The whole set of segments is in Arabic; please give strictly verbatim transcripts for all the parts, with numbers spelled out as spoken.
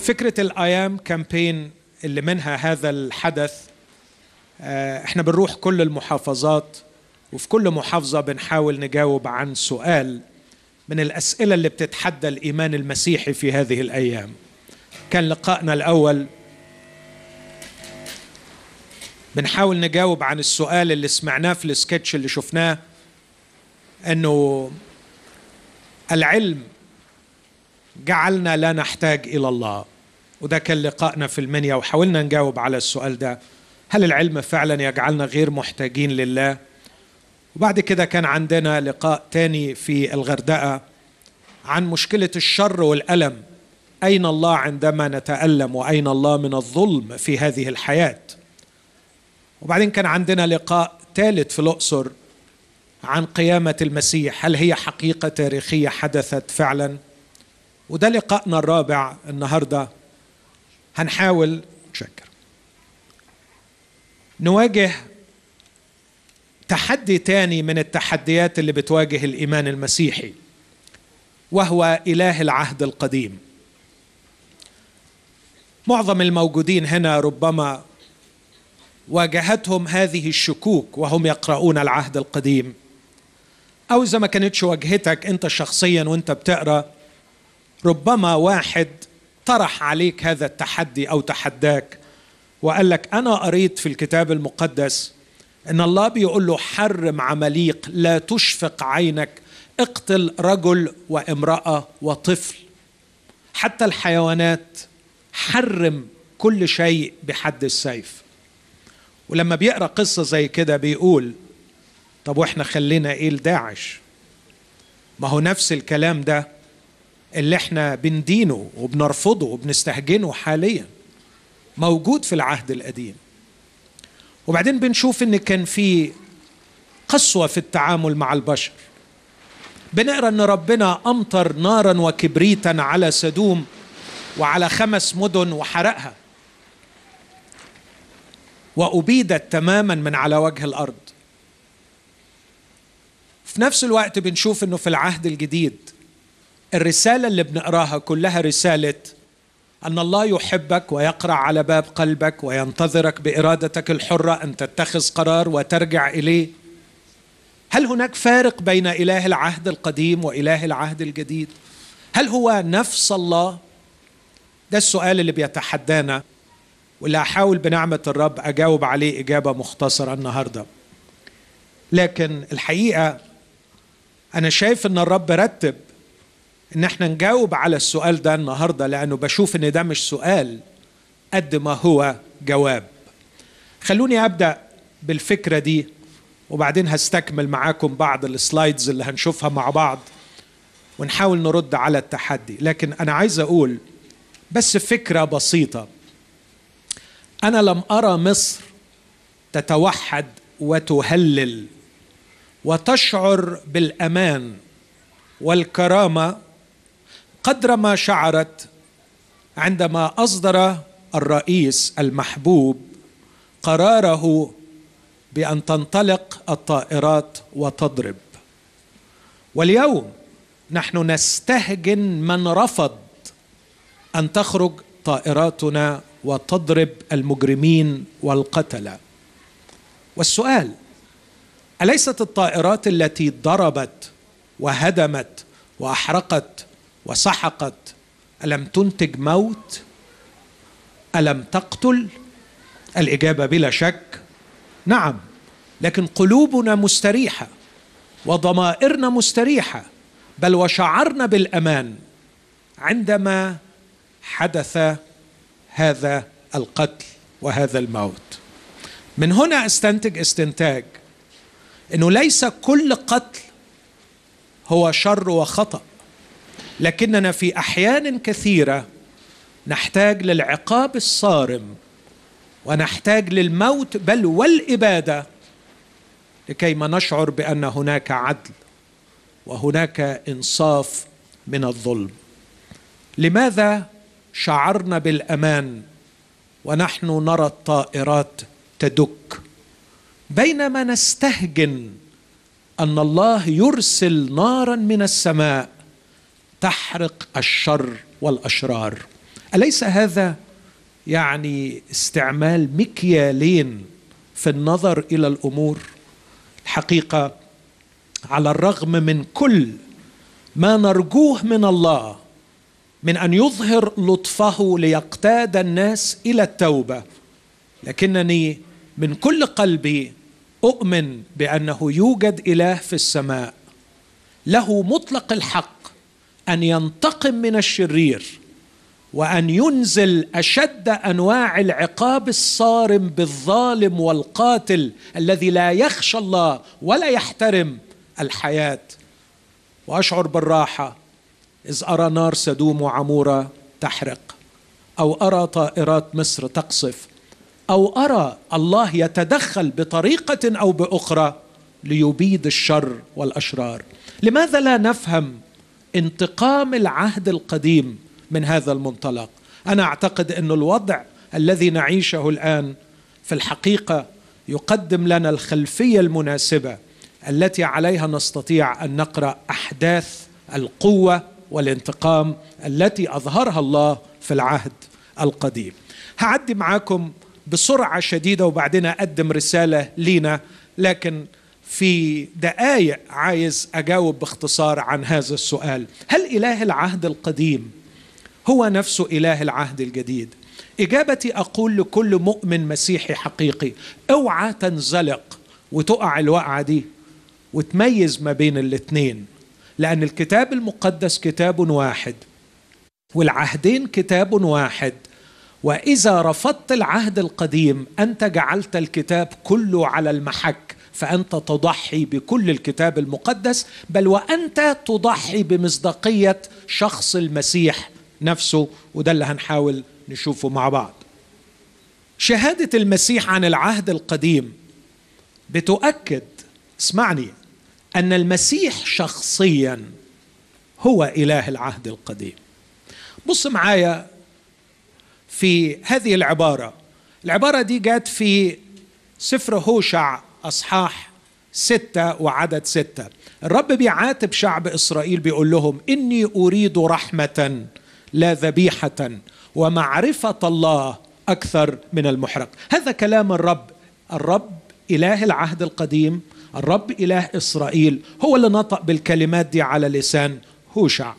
فكرة الأيام كامبين اللي منها هذا الحدث، احنا بنروح كل المحافظات، وفي كل محافظة بنحاول نجاوب عن سؤال من الأسئلة اللي بتتحدى الإيمان المسيحي في هذه الأيام. كان لقائنا الأول بنحاول نجاوب عن السؤال اللي سمعناه في السكتش اللي شفناه، أنه العلم جعلنا لا نحتاج إلى الله، وده كان لقائنا في المنيا، وحاولنا نجاوب على السؤال ده: هل العلم فعلا يجعلنا غير محتاجين لله؟ وبعد كده كان عندنا لقاء تاني في الغردقة عن مشكلة الشر والألم، أين الله عندما نتألم وأين الله من الظلم في هذه الحياة. وبعدين كان عندنا لقاء ثالث في الأقصر عن قيامة المسيح، هل هي حقيقة تاريخية حدثت فعلا؟ وده لقاءنا الرابع النهاردة. هنحاول نشكر نواجه تحدي تاني من التحديات اللي بتواجه الإيمان المسيحي، وهو إله العهد القديم. معظم الموجودين هنا ربما واجهتهم هذه الشكوك وهم يقرؤون العهد القديم، أو إذا ما كانتش واجهتك أنت شخصيا وأنت بتقرأ، ربما واحد طرح عليك هذا التحدي أو تحداك وقال لك: أنا قريت في الكتاب المقدس إن الله بيقول له حرم عماليق، لا تشفق عينك، اقتل رجل وامرأة وطفل، حتى الحيوانات، حرم كل شيء بحد السيف. ولما بيقرأ قصة زي كده بيقول: طب وإحنا خلينا إيه لداعش؟ ما هو نفس الكلام ده اللي إحنا بندينه وبنرفضه وبنستهجنه حاليا موجود في العهد القديم. وبعدين بنشوف إن كان في قسوة في التعامل مع البشر. بنقرأ إن ربنا أمطر نارا وكبريتا على سدوم وعلى خمس مدن وحرقها، وأبيدت تماما من على وجه الأرض. في نفس الوقت بنشوف إنه في العهد الجديد الرسالة اللي بنقراها كلها رسالة أن الله يحبك ويقرع على باب قلبك وينتظرك بإرادتك الحرة أن تتخذ قرار وترجع إليه. هل هناك فارق بين إله العهد القديم وإله العهد الجديد؟ هل هو نفس الله؟ ده السؤال اللي بيتحدانا، واللي أحاول بنعمة الرب أجاوب عليه إجابة مختصرة النهاردة. لكن الحقيقة أنا شايف أن الرب رتب إن احنا نجاوب على السؤال ده النهاردة، لأنه بشوف إن ده مش سؤال قد ما هو جواب. خلوني أبدأ بالفكرة دي، وبعدين هستكمل معاكم بعض السلايدز اللي هنشوفها مع بعض ونحاول نرد على التحدي. لكن أنا عايز أقول بس فكرة بسيطة. أنا لم أرى مصر تتوحد وتهلل وتشعر بالأمان والكرامة قدر ما شعرت عندما أصدر الرئيس المحبوب قراره بأن تنطلق الطائرات وتضرب. واليوم نحن نستهجن من رفض أن تخرج طائراتنا وتضرب المجرمين والقتلة. والسؤال: أليست الطائرات التي ضربت وهدمت وأحرقت وسحقت ألم تنتج موت؟ ألم تقتل؟ الإجابة بلا شك نعم، لكن قلوبنا مستريحة وضمائرنا مستريحة، بل وشعرنا بالأمان عندما حدث هذا القتل وهذا الموت. من هنا استنتج استنتاج إنه ليس كل قتل هو شر وخطأ، لكننا في أحيان كثيرة نحتاج للعقاب الصارم ونحتاج للموت بل والإبادة لكي ما نشعر بأن هناك عدل وهناك إنصاف من الظلم. لماذا شعرنا بالأمان ونحن نرى الطائرات تدك بينما نستهجن أن الله يرسل نارا من السماء تحرق الشر والأشرار؟ أليس هذا يعني استعمال مكيالين في النظر إلى الأمور؟ الحقيقة على الرغم من كل ما نرجوه من الله من أن يظهر لطفه ليقتاد الناس إلى التوبة، لكنني من كل قلبي أؤمن بأنه يوجد إله في السماء له مطلق الحق أن ينتقم من الشرير وأن ينزل أشد أنواع العقاب الصارم بالظالم والقاتل الذي لا يخشى الله ولا يحترم الحياة. وأشعر بالراحة إذ أرى نار سدوم وعمورة تحرق، أو أرى طائرات مصر تقصف، أو أرى الله يتدخل بطريقة أو بأخرى ليبيد الشر والأشرار. لماذا لا نفهم انتقام العهد القديم من هذا المنطلق؟ أنا أعتقد أن الوضع الذي نعيشه الآن في الحقيقة يقدم لنا الخلفية المناسبة التي عليها نستطيع أن نقرأ أحداث القوة والانتقام التي أظهرها الله في العهد القديم. هعدي معاكم بسرعة شديدة وبعدين أقدم رسالة لينا، لكن في دقائق عايز أجاوب باختصار عن هذا السؤال: هل إله العهد القديم هو نفسه إله العهد الجديد؟ إجابتي أقول لكل مؤمن مسيحي حقيقي: اوعى تنزلق وتقع الوقعة دي وتميز ما بين الاثنين، لأن الكتاب المقدس كتاب واحد والعهدين كتاب واحد. وإذا رفضت العهد القديم أنت جعلت الكتاب كله على المحك، فأنت تضحي بكل الكتاب المقدس، بل وأنت تضحي بمصداقية شخص المسيح نفسه، وده اللي هنحاول نشوفه مع بعض. شهادة المسيح عن العهد القديم بتؤكد، اسمعني، أن المسيح شخصيا هو إله العهد القديم. بص معايا في هذه العبارة. العبارة دي جات في سفر هوشع أصحاح ستة وعدد ستة. الرب بيعاتب شعب إسرائيل بيقول لهم: إني أريد رحمة لا ذبيحة ومعرفة الله أكثر من المحرق. هذا كلام الرب. الرب إله العهد القديم، الرب إله إسرائيل، هو اللي نطق بالكلمات دي على لسان هوشع.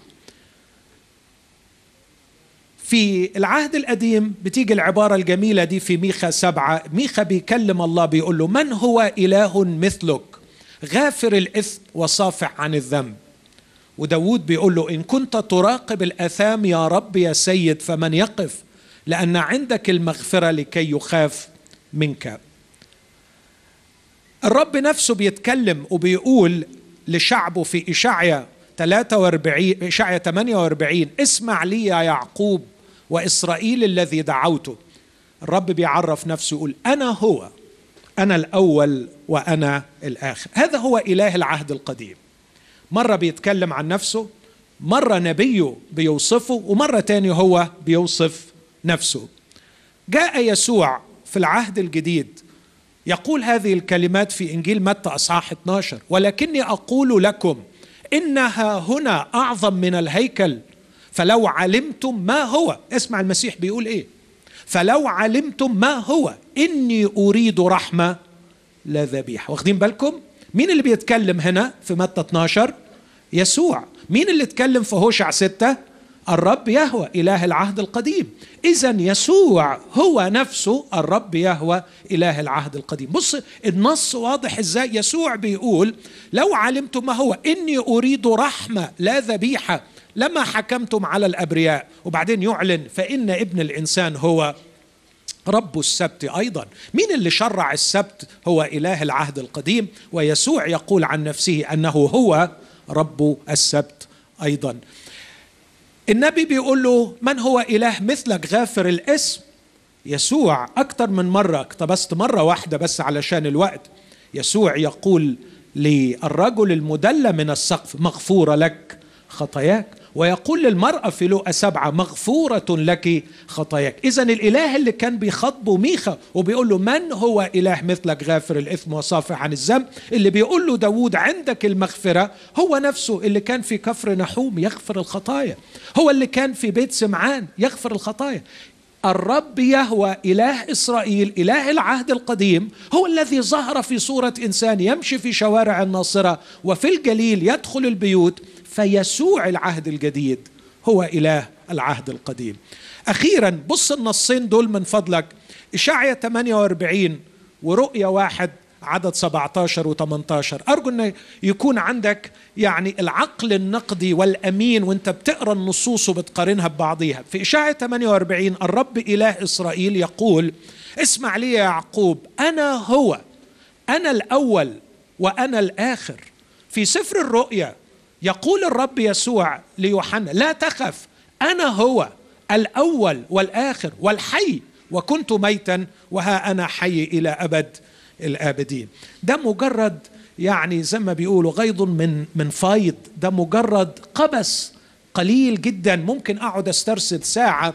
في العهد القديم بتيجي العبارة الجميلة دي في ميخا سبعة. ميخا بيكلم الله بيقول له: من هو إله مثلك غافر الإثم وصافح عن الذنب. وداود بيقول له: إن كنت تراقب الآثام يا رب يا سيد فمن يقف، لأن عندك المغفرة لكي يخاف منك. الرب نفسه بيتكلم وبيقول لشعبه في إشعيا ثلاثة وأربعين إشعيا ثمانية وأربعين: اسمع لي يا يعقوب وإسرائيل الذي دعوته. الرب بيعرف نفسه يقول: أنا هو، أنا الأول وأنا الآخر. هذا هو إله العهد القديم. مرة بيتكلم عن نفسه، مرة نبيه بيوصفه، ومرة تاني هو بيوصف نفسه. جاء يسوع في العهد الجديد يقول هذه الكلمات في إنجيل متى أصحاح اثني عشر: ولكني أقول لكم إنها هنا أعظم من الهيكل، فلو علمتم ما هو. اسمع المسيح بيقول إيه: فلو علمتم ما هو إني أريد رحمة لا ذبيحة. واخدين بالكم مين اللي بيتكلم هنا في متى اثني عشر؟ يسوع. مين اللي اتكلم في هوشع ستة؟ الرب يهوه إله العهد القديم. إذن يسوع هو نفسه الرب يهوه إله العهد القديم. بص النص واضح إزاي. يسوع بيقول: لو علمتم ما هو إني أريد رحمة لا ذبيحة لما حكمتم على الأبرياء. وبعدين يعلن: فإن ابن الإنسان هو رب السبت أيضا. مين اللي شرع السبت؟ هو إله العهد القديم. ويسوع يقول عن نفسه أنه هو رب السبت أيضا. النبي بيقول له: من هو إله مثلك غافر الاسم؟ يسوع أكتر من مرة، اقتبست مرة واحدة بس علشان الوقت. يسوع يقول للرجل المدلى من السقف: مغفورة لك خطاياك. ويقول للمرأة في لوقا سبعة مغفورة لك خطاياك. إذن الإله اللي كان بيخاطبه ميخا وبيقول له من هو إله مثلك غافر الإثم وصافح عن الذنب، اللي بيقول له داود عندك المغفرة، هو نفسه اللي كان في كفر نحوم يغفر الخطايا، هو اللي كان في بيت سمعان يغفر الخطايا. الرب يهوى إله إسرائيل إله العهد القديم هو الذي ظهر في صورة إنسان يمشي في شوارع الناصرة وفي الجليل يدخل البيوت، فيسوع العهد الجديد هو إله العهد القديم. أخيرا بص النصين دول من فضلك، إشعيا ثمانية وأربعين ورؤيا واحد عدد سبعة عشر و ثمانية عشر. أرجو أن يكون عندك يعني العقل النقدي والأمين وانت بتقرأ النصوص وبتقارنها ببعضها. في إشعيا ثمانية وأربعين الرب إله إسرائيل يقول اسمع لي يا يعقوب أنا هو، أنا الأول وأنا الآخر. في سفر الرؤيا يقول الرب يسوع ليوحنا لا تخف أنا هو الأول والآخر والحي، وكنت ميتا وها أنا حي إلى أبد الآبدين. ده مجرد يعني زي ما بيقولوا غيض من من فايض، ده مجرد قبس قليل جدا. ممكن أقعد أسترسل ساعة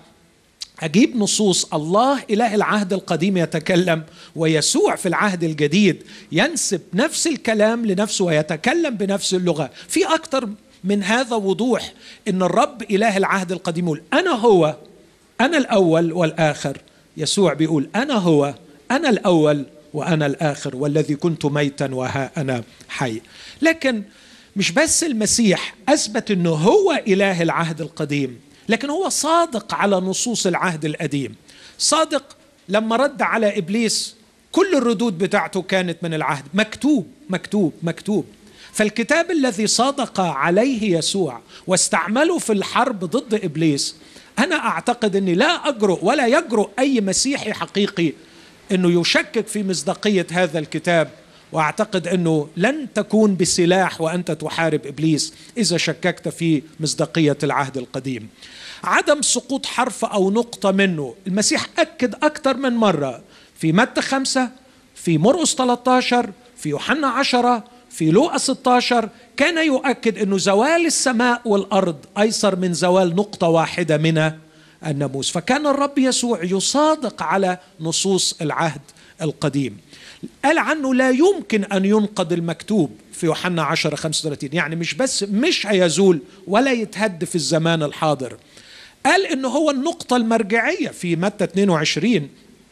أجيب نصوص الله إله العهد القديم يتكلم ويسوع في العهد الجديد ينسب نفس الكلام لنفسه ويتكلم بنفس اللغة. في أكتر من هذا وضوح إن الرب إله العهد القديم يقول أنا هو، أنا الأول والآخر. يسوع بيقول أنا هو، أنا الأول وأنا الآخر والذي كنت ميتا وها أنا حي. لكن مش بس المسيح أثبت أنه هو إله العهد القديم، لكن هو صادق على نصوص العهد القديم. صادق لما رد على إبليس كل الردود بتاعته كانت من العهد، مكتوب مكتوب مكتوب. فالكتاب الذي صادق عليه يسوع واستعمله في الحرب ضد إبليس، أنا أعتقد أني لا أجرؤ ولا يجرؤ أي مسيحي حقيقي أنه يشكك في مصداقية هذا الكتاب. وأعتقد أنه لن تكون بسلاح وأنت تحارب إبليس إذا شككت في مصداقية العهد القديم. عدم سقوط حرف أو نقطة منه المسيح أكد أكثر من مرة في متى خمسة، في مرقس ثلاثة عشر، في يوحنا عشرة، في لوقا ستة عشر. كان يؤكد أنه زوال السماء والأرض أيسر من زوال نقطة واحدة من الناموس. فكان الرب يسوع يصادق على نصوص العهد القديم. قال عنه لا يمكن أن ينقض المكتوب في يوحنا عشرة خمسة وثلاثين، يعني مش بس مش هيزول ولا يتهد في الزمان الحاضر. قال إنه هو النقطة المرجعية في متى اثنين وعشرين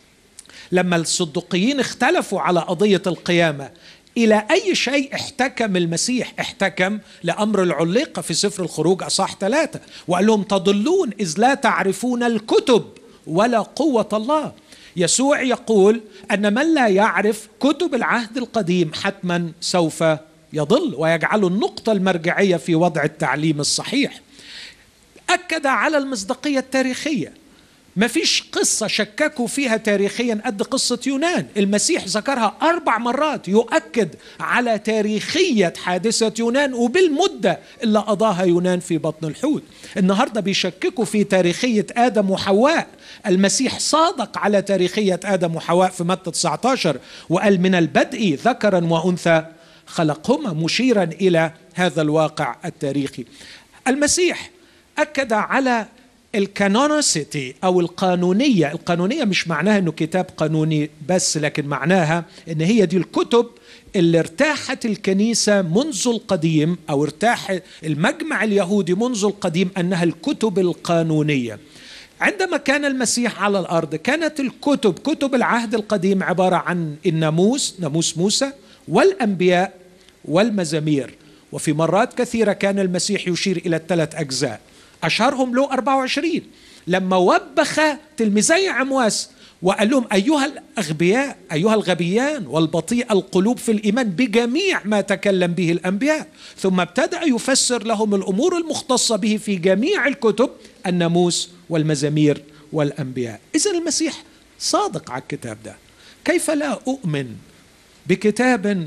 لما الصدقيين اختلفوا على قضية القيامة إلى أي شيء احتكم المسيح. احتكم لأمر العليقة في سفر الخروج أصحاح ثلاثة، وقال لهم تضلون إذ لا تعرفون الكتب ولا قوة الله. يسوع يقول أن من لا يعرف كتب العهد القديم حتما سوف يضل، ويجعله النقطة المرجعية في وضع التعليم الصحيح. أكد على المصداقية التاريخية. ما فيش قصة شككوا فيها تاريخيا قد قصة يونان. المسيح ذكرها أربع مرات يؤكد على تاريخية حادثة يونان وبالمدة اللي قضاها يونان في بطن الحوت. النهاردة بيشككوا في تاريخية آدم وحواء. المسيح صادق على تاريخية آدم وحواء في متى تسعة عشر وقال من البدء ذكرا وأنثى خلقهما، مشيرا إلى هذا الواقع التاريخي. المسيح أكد على الكانونيسيتي أو القانونية. القانونية مش معناها أنه كتاب قانوني بس، لكن معناها أن هي دي الكتب اللي ارتاحت الكنيسة منذ القديم، أو ارتاح المجمع اليهودي منذ القديم أنها الكتب القانونية. عندما كان المسيح على الأرض كانت الكتب كتب العهد القديم عبارة عن الناموس، ناموس موسى، والأنبياء والمزامير. وفي مرات كثيرة كان المسيح يشير إلى الثلاث أجزاء، أشهرهم له أربعة وعشرين لما وبخ تلميذي عمواس وقال لهم أيها الأغبياء أيها الغبيان والبطيء القلوب في الإيمان بجميع ما تكلم به الأنبياء. ثم ابتدأ يفسر لهم الأمور المختصة به في جميع الكتب، الناموس والمزامير والأنبياء. إذن المسيح صادق على الكتاب ده. كيف لا أؤمن بكتاب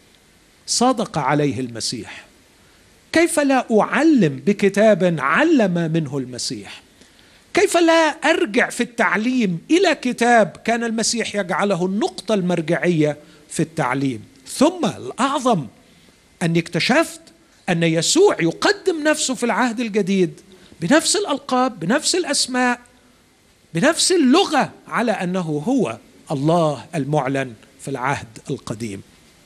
صادق عليه المسيح؟ كيف لا أعلم بكتاب علم منه المسيح؟ كيف لا أرجع في التعليم إلى كتاب كان المسيح يجعله النقطة المرجعية في التعليم؟ ثم الأعظم أني اكتشفت أن يسوع يقدم نفسه في العهد الجديد بنفس الألقاب، بنفس الأسماء، بنفس اللغة، على أنه هو الله المعلن في العهد القديم.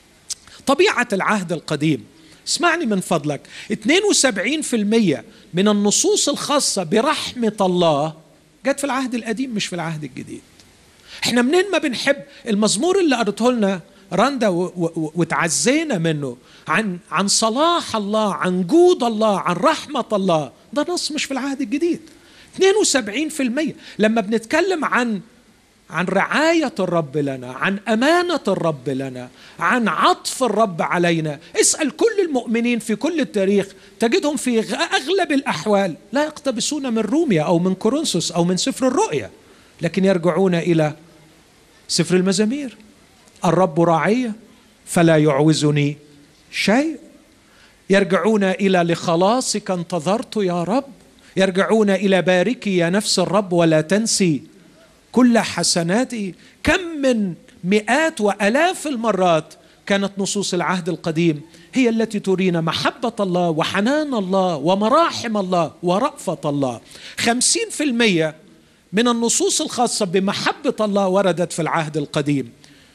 طبيعة العهد القديم، اسمعني من فضلك، اثنين وسبعين بالمئة من النصوص الخاصة برحمة الله جت في العهد القديم مش في العهد الجديد. احنا منين ما بنحب المزمور اللي قرأته لنا رندا وتعزينا منه عن عن صلاح الله، عن جود الله، عن رحمة الله، ده نص مش في العهد الجديد. اثنين وسبعين بالمئة لما بنتكلم عن عن رعاية الرب لنا، عن أمانة الرب لنا، عن عطف الرب علينا، اسأل كل المؤمنين في كل التاريخ تجدهم في أغلب الأحوال لا يقتبسون من روميا أو من كورنثوس أو من سفر الرؤيا، لكن يرجعون إلى سفر المزامير. الرب راعي فلا يعوزني شيء. يرجعون إلى لخلاصك انتظرت يا رب. يرجعون إلى باركي يا نفس الرب ولا تنسي كل حسناتي. كم من مئات وألاف المرات كانت نصوص العهد القديم هي التي ترينا محبة الله وحنان الله ومراحم الله ورأفة الله. خمسين في المئة من النصوص الخاصة بمحبة الله وردت في العهد القديم.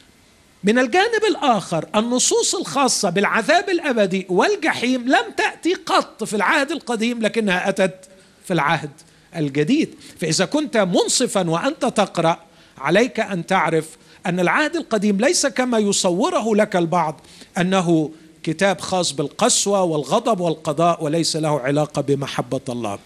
من الجانب الآخر النصوص الخاصة بالعذاب الأبدي والجحيم لم تأتي قط في العهد القديم، لكنها أتت في العهد الجديد. فإذا كنت منصفا وأنت تقرأ، عليك أن تعرف أن العهد القديم ليس كما يصوره لك البعض أنه كتاب خاص بالقسوة والغضب والقضاء وليس له علاقة بمحبة الله.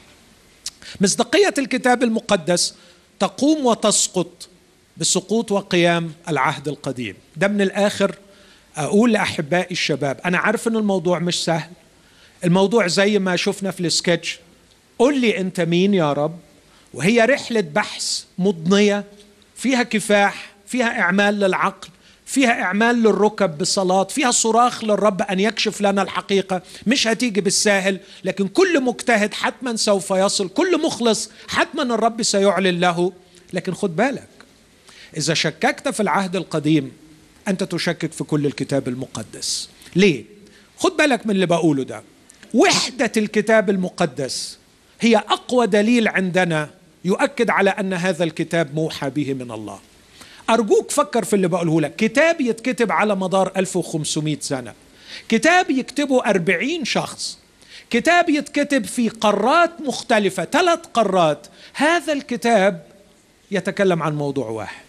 مصداقية الكتاب المقدس تقوم وتسقط بسقوط وقيام العهد القديم. ده من الآخر أقول لأحبائي الشباب، أنا عارف أن الموضوع مش سهل، الموضوع زي ما شفنا في السكتش، قل لي أنت مين يا رب، وهي رحلة بحث مضنية فيها كفاح، فيها إعمال للعقل، فيها إعمال للركب بصلاة، فيها صراخ للرب أن يكشف لنا الحقيقة. مش هتيجي بالساهل، لكن كل مجتهد حتما سوف يصل، كل مخلص حتما الرب سيعلن له. لكن خد بالك، إذا شككت في العهد القديم أنت تشكك في كل الكتاب المقدس. ليه؟ خد بالك من اللي بقوله ده. وحدة الكتاب المقدس هي أقوى دليل عندنا يؤكد على أن هذا الكتاب موحى به من الله. أرجوك فكر في اللي بقوله لك. كتاب يتكتب على مدار ألف وخمسمائة سنة، كتاب يكتبه أربعين شخص، كتاب يتكتب في قارات مختلفة، ثلاث قارات. هذا الكتاب يتكلم عن موضوع واحد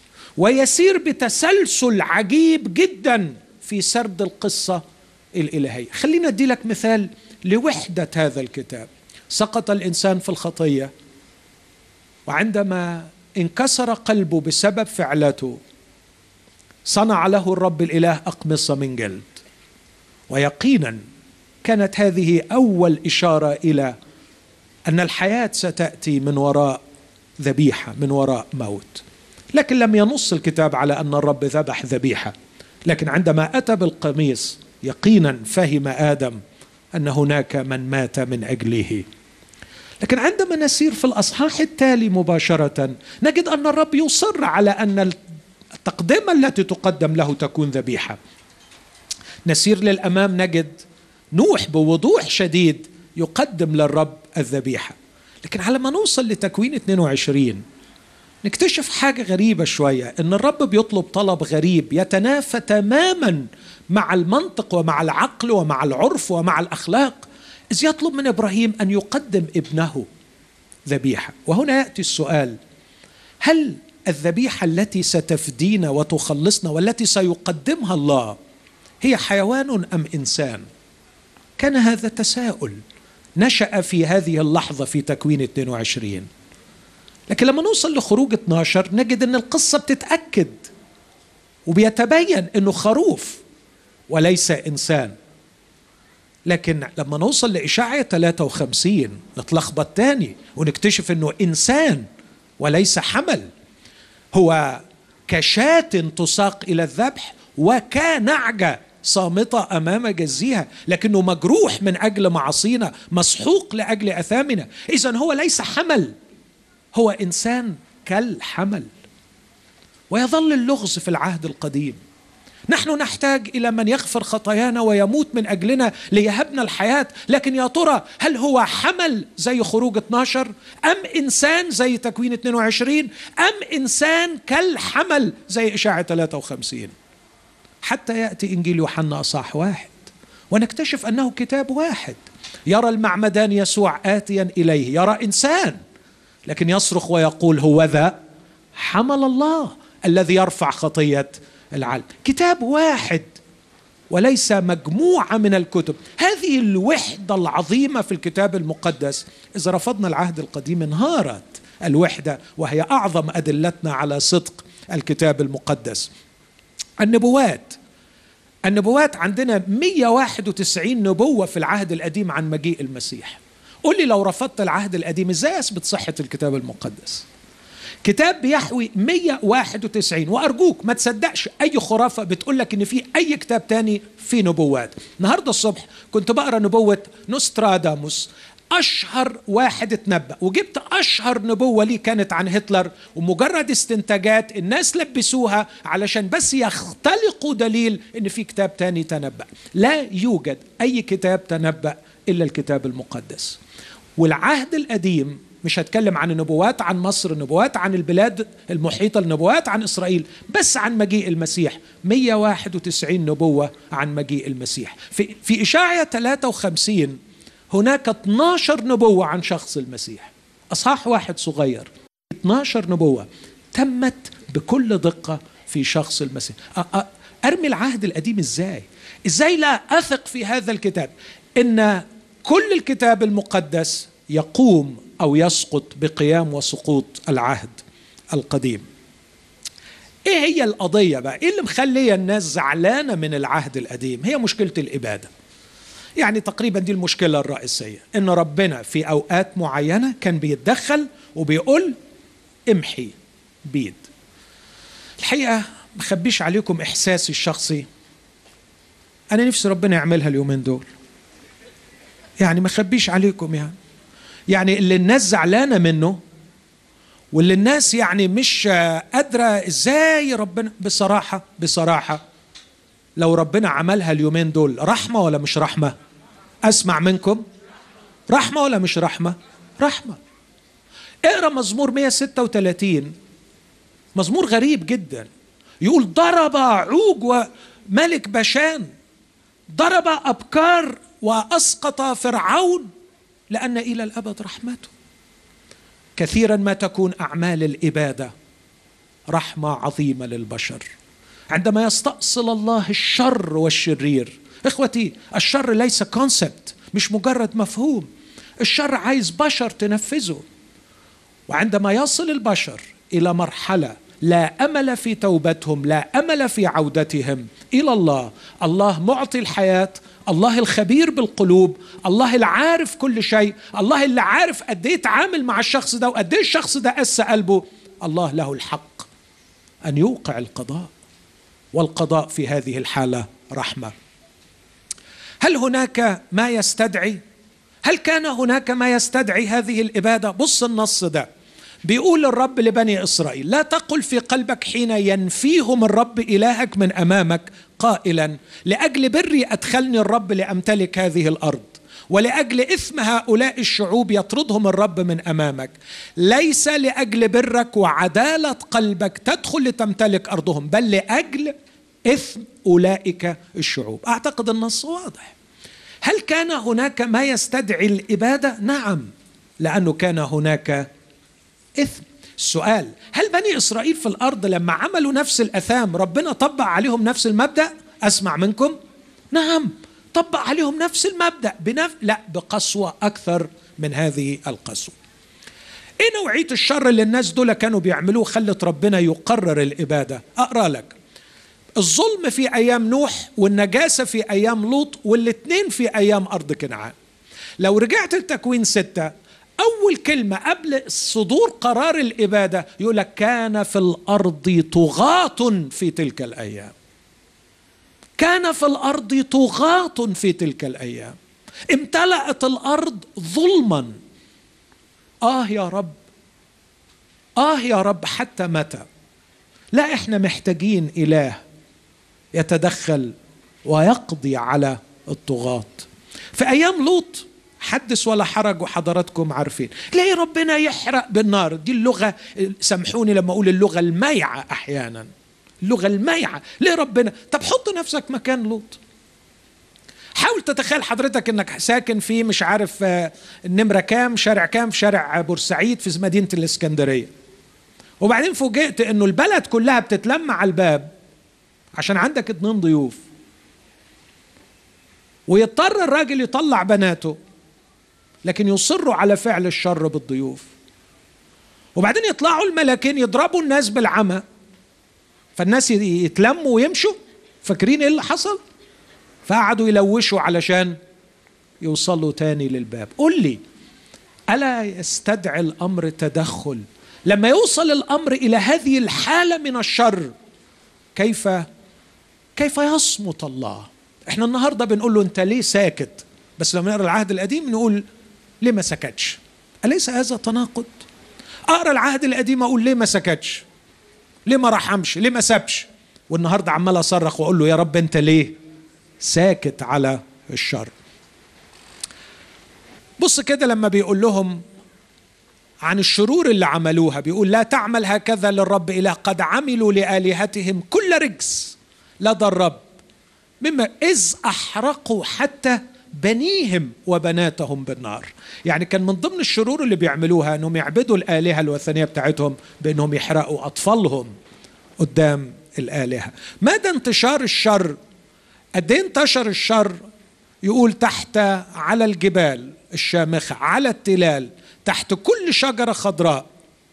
ويسير بتسلسل عجيب جدا في سرد القصة الإلهية. خلينا أدي لك مثال لوحدة هذا الكتاب. سقط الإنسان في الخطية، وعندما انكسر قلبه بسبب فعلته صنع له الرب الإله أقمصة من جلد. ويقينا كانت هذه أول إشارة إلى أن الحياة ستأتي من وراء ذبيحة، من وراء موت. لكن لم ينص الكتاب على أن الرب ذبح ذبيحة، لكن عندما أتى بالقميص يقينا فهم آدم أن هناك من مات من أجله. لكن عندما نسير في الأصحاح التالي مباشرة نجد أن الرب يصر على أن التقدمة التي تقدم له تكون ذبيحة. نسير للأمام نجد نوح بوضوح شديد يقدم للرب الذبيحة. لكن على ما نوصل لتكوين اثنين وعشرين نكتشف حاجة غريبة شوية، أن الرب بيطلب طلب غريب يتنافى تماما مع المنطق ومع العقل ومع العرف ومع الأخلاق، إذ يطلب من إبراهيم أن يقدم ابنه ذبيحة. وهنا يأتي السؤال، هل الذبيحة التي ستفدينا وتخلصنا والتي سيقدمها الله هي حيوان أم إنسان؟ كان هذا تساؤل نشأ في هذه اللحظة في تكوين اثنين وعشرين. لكن لما نوصل لخروج اثني عشر نجد أن القصة بتتأكد وبيتبين أنه خروف وليس إنسان. لكن لما نوصل لإشعياء ثلاثة وخمسين نتلخبط تاني ونكتشف أنه إنسان وليس حمل، هو كشاة تساق إلى الذبح وكنعجة صامتة أمام جزيها، لكنه مجروح من أجل معصينا، مسحوق لأجل أثامنا. إذن هو ليس حمل، هو إنسان كالحمل. ويظل اللغز في العهد القديم، نحن نحتاج إلى من يغفر خطايانا ويموت من أجلنا ليهبنا الحياة. لكن يا ترى هل هو حمل زي خروج اثناشر، أم إنسان زي تكوين اثنين وعشرين، أم إنسان كالحمل زي إشاعة ثلاثة وخمسين؟ حتى يأتي إنجيل يوحنا أصحاح واحد ونكتشف أنه كتاب واحد. يرى المعمدان يسوع آتيا إليه، يرى إنسان لكن يصرخ ويقول هوذا حمل الله الذي يرفع خطية العالم. كتاب واحد وليس مجموعة من الكتب. هذه الوحدة العظيمة في الكتاب المقدس، إذا رفضنا العهد القديم انهارت الوحدة، وهي أعظم أدلتنا على صدق الكتاب المقدس. النبوات النبوات عندنا مئة وواحد وتسعين نبوة في العهد القديم عن مجيء المسيح. قل لي لو رفضت العهد القديم ازاي اثبت صحة الكتاب المقدس؟ كتاب بيحوي مئة وواحد وتسعين، وأرجوك ما تصدقش أي خرافة بتقول لك إن في أي كتاب تاني في نبوات. النهاردة الصبح كنت بقرأ نبوة نوستراداموس، أشهر واحد اتنبأ، وجبت أشهر نبوة ليه كانت عن هتلر، ومجرد استنتاجات الناس لبسوها علشان بس يختلقوا دليل إن في كتاب تاني تنبأ. لا يوجد أي كتاب تنبأ إلا الكتاب المقدس. والعهد القديم مش هتكلم عن النبوات عن مصر، النبوات عن البلاد المحيطة، النبوات عن إسرائيل، بس عن مجيء المسيح مئة وواحد وتسعين نبوة عن مجيء المسيح. في, في إشاعة ثلاثة وخمسين هناك اثناشر نبوة عن شخص المسيح، أصحاح واحد صغير، اثناشر نبوة تمت بكل دقة في شخص المسيح. أرمي العهد القديم إزاي؟ إزاي لا أثق في هذا الكتاب؟ إن كل الكتاب المقدس يقوم أو يسقط بقيام وسقوط العهد القديم. إيه هي القضية بقى؟ إيه اللي مخلية الناس زعلانة من العهد القديم؟ هي مشكلة الإبادة. يعني تقريبا دي المشكلة الرئيسية، إن ربنا في أوقات معينة كان بيتدخل وبيقول امحي بيد. الحقيقة مخبيش عليكم إحساسي الشخصي، أنا نفسي ربنا يعملها اليومين دول. يعني مخبيش عليكم يعني يعني اللي الناس زعلانة منه واللي الناس يعني مش قادرة ازاي ربنا، بصراحة بصراحة لو ربنا عملها اليومين دول رحمة ولا مش رحمة؟ أسمع منكم، رحمة ولا مش رحمة؟ رحمة. اقرأ مزمور مئة وستة وثلاثين، مزمور غريب جدا، يقول ضرب عوج وملك باشان، ضرب أبكار وأسقط فرعون لأن إلى الأبد رحمته. كثيرا ما تكون أعمال الإبادة رحمة عظيمة للبشر عندما يستأصل الله الشر والشرير. إخوتي، الشر ليس كونسبت، مش مجرد مفهوم. الشر عايز بشر تنفذه، وعندما يصل البشر إلى مرحلة لا أمل في توبتهم، لا أمل في عودتهم إلى الله، الله معطي الحياة، الله الخبير بالقلوب، الله العارف كل شيء، الله اللي عارف قد ايه يتعامل مع الشخص ده وقد ايه الشخص ده قسى قلبه، الله له الحق أن يوقع القضاء، والقضاء في هذه الحالة رحمة. هل هناك ما يستدعي؟ هل كان هناك ما يستدعي هذه الإبادة؟ بص النص ده بيقول الرب لبني إسرائيل: لا تقل في قلبك حين ينفيهم الرب إلهك من أمامك قائلا لأجل بري أدخلني الرب لأمتلك هذه الأرض، ولأجل إثم هؤلاء الشعوب يطردهم الرب من أمامك. ليس لأجل برك وعدالة قلبك تدخل لتمتلك أرضهم، بل لأجل إثم أولئك الشعوب. أعتقد النص واضح. هل كان هناك ما يستدعي الإبادة؟ نعم، لأنه كان هناك إثم. السؤال: هل بني إسرائيل في الأرض لما عملوا نفس الأثام ربنا طبق عليهم نفس المبدأ؟ أسمع منكم، نعم، طبق عليهم نفس المبدأ بنف... لا، بقسوة أكثر من هذه القسوة. إيه نوعية الشر اللي الناس دول كانوا بيعملوه خلت ربنا يقرر الإبادة؟ أقرأ لك: الظلم في أيام نوح، والنجاسة في أيام لوط، والاثنين في أيام أرض كنعان. لو رجعت لتكوين ستة، أول كلمة قبل صدور قرار الإبادة يقول لك: كان في الأرض طغاة في تلك الأيام. كان في الأرض طغاة في تلك الأيام، امتلأت الأرض ظلما. آه يا رب، آه يا رب، حتى متى؟ لا، إحنا محتاجين إله يتدخل ويقضي على الطغاة. في أيام لوط حدث ولا حرج، وحضراتكم عارفين ليه ربنا يحرق بالنار. دي اللغة، سامحوني لما أقول اللغة الميعة أحيانا، اللغة الميعة. ليه ربنا؟ طب حط نفسك مكان لوط. حاول تتخيل حضرتك انك ساكن في مش عارف النمرة كام، شارع كام، في شارع بورسعيد في مدينة الإسكندرية، وبعدين فوجئت انه البلد كلها بتتلم على الباب عشان عندك اتنين ضيوف، ويضطر الراجل يطلع بناته لكن يصروا على فعل الشر بالضيوف، وبعدين يطلعوا الملاكين يضربوا الناس بالعمى، فالناس يتلموا ويمشوا فاكرين ايه اللي حصل، فقعدوا يلوشوا علشان يوصلوا تاني للباب. قل لي، ألا يستدعي الأمر تدخل؟ لما يوصل الأمر إلى هذه الحالة من الشر، كيف كيف يصمت الله؟ احنا النهاردة بنقول له انت ليه ساكت، بس لما نقرأ العهد القديم نقول ليه ما سكتش؟ أليس هذا تناقض؟ أقرأ العهد القديم أقول ليه ما سكتش، ليه ما رحمش، ليه ما سابش، والنهاردة عمال أصرخ وأقول له يا رب انت ليه ساكت على الشر؟ بص كده لما بيقول لهم عن الشرور اللي عملوها، بيقول لا تعمل هكذا للرب إله، قد عملوا لآلهتهم كل رجس لدى الرب، مما إذ أحرقوا حتى بنيهم وبناتهم بالنار. يعني كان من ضمن الشرور اللي بيعملوها أنهم يعبدوا الآلهة الوثنية بتاعتهم بأنهم يحرقوا أطفالهم قدام الآلهة. مدى انتشار الشر، قد ايه انتشر الشر؟ يقول تحت على الجبال الشامخة، على التلال، تحت كل شجرة خضراء.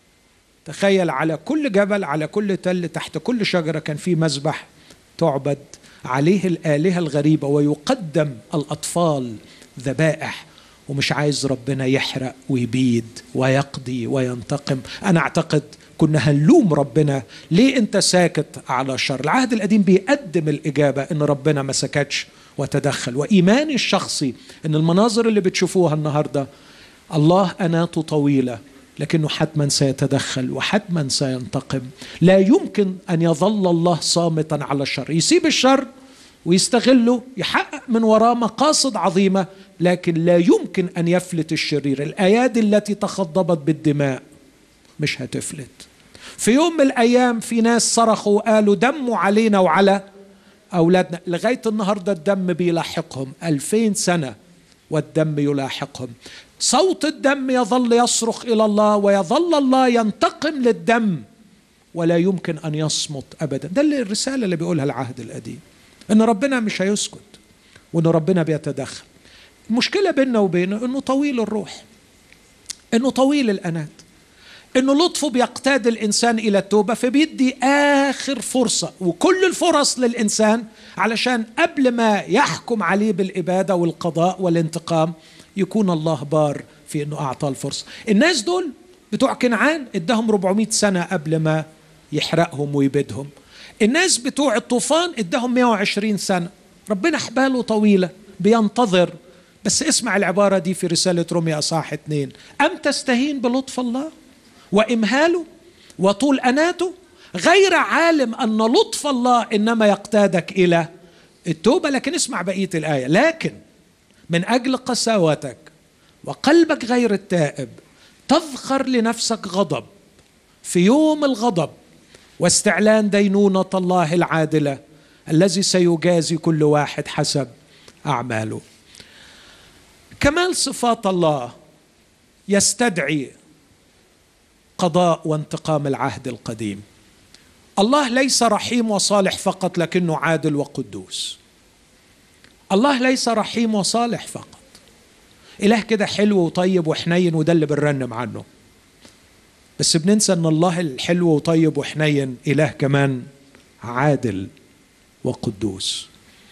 تخيل، على كل جبل، على كل تل، تحت كل شجرة كان في مذبح تعبد عليه الآلهة الغريبة، ويقدم الأطفال ذبائح. ومش عايز ربنا يحرق ويبيد ويقضي وينتقم. أنا أعتقد كنا هنلوم ربنا ليه أنت ساكت على شر. العهد القديم بيقدم الإجابة إن ربنا ما سكتش وتدخل. وإيماني الشخصي إن المناظر اللي بتشوفوها النهاردة، الله أناته طويلة لكنه حتما سيتدخل وحتما سينتقم. لا يمكن أن يظل الله صامتا على الشر، يسيب الشر ويستغله، يحقق من وراه مقاصد عظيمة، لكن لا يمكن أن يفلت الشرير. الأيادي التي تخضبت بالدماء مش هتفلت. في يوم من الأيام في ناس صرخوا وقالوا دموا علينا وعلى أولادنا. لغاية النهاردة الدم بيلاحقهم، ألفين سنة والدم يلاحقهم. صوت الدم يظل يصرخ إلى الله، ويظل الله ينتقم للدم، ولا يمكن أن يصمت أبدا. ده اللي الرسالة اللي بيقولها العهد القديم، إن ربنا مش هيسكت وإن ربنا بيتدخل. المشكلة بيننا وبينه إنه طويل الروح، إنه طويل الأنات، إنه لطفه بيقتاد الإنسان إلى التوبة، فبيدي آخر فرصة وكل الفرص للإنسان علشان قبل ما يحكم عليه بالإبادة والقضاء والانتقام يكون الله بار في إنه أعطى الفرصة. الناس دول بتوع كنعان ادهم أربعمائة سنة قبل ما يحرقهم ويبيدهم. الناس بتوع الطوفان ادهم مئة وعشرين سنة. ربنا حباله طويلة بينتظر. بس اسمع العبارة دي في رسالة روميا أصحاح اثنين: أم تستهين بلطف الله وإمهاله وطول أناته، غير عالم أن لطف الله إنما يقتادك إلى التوبة. لكن اسمع بقية الآية: لكن من أجل قساوتك وقلبك غير التائب تذخر لنفسك غضب في يوم الغضب واستعلان دينونة الله العادلة الذي سيجازي كل واحد حسب أعماله. كمال صفات الله يستدعي قضاء وانتقام العهد القديم. الله ليس رحيم وصالح فقط، لكنه عادل وقدوس. الله ليس رحيم وصالح فقط، إله كده حلو وطيب وحنين، وده اللي بنرنم عنه. بس بننسى أن الله الحلو وطيب وحنين إله كمان عادل وقدوس.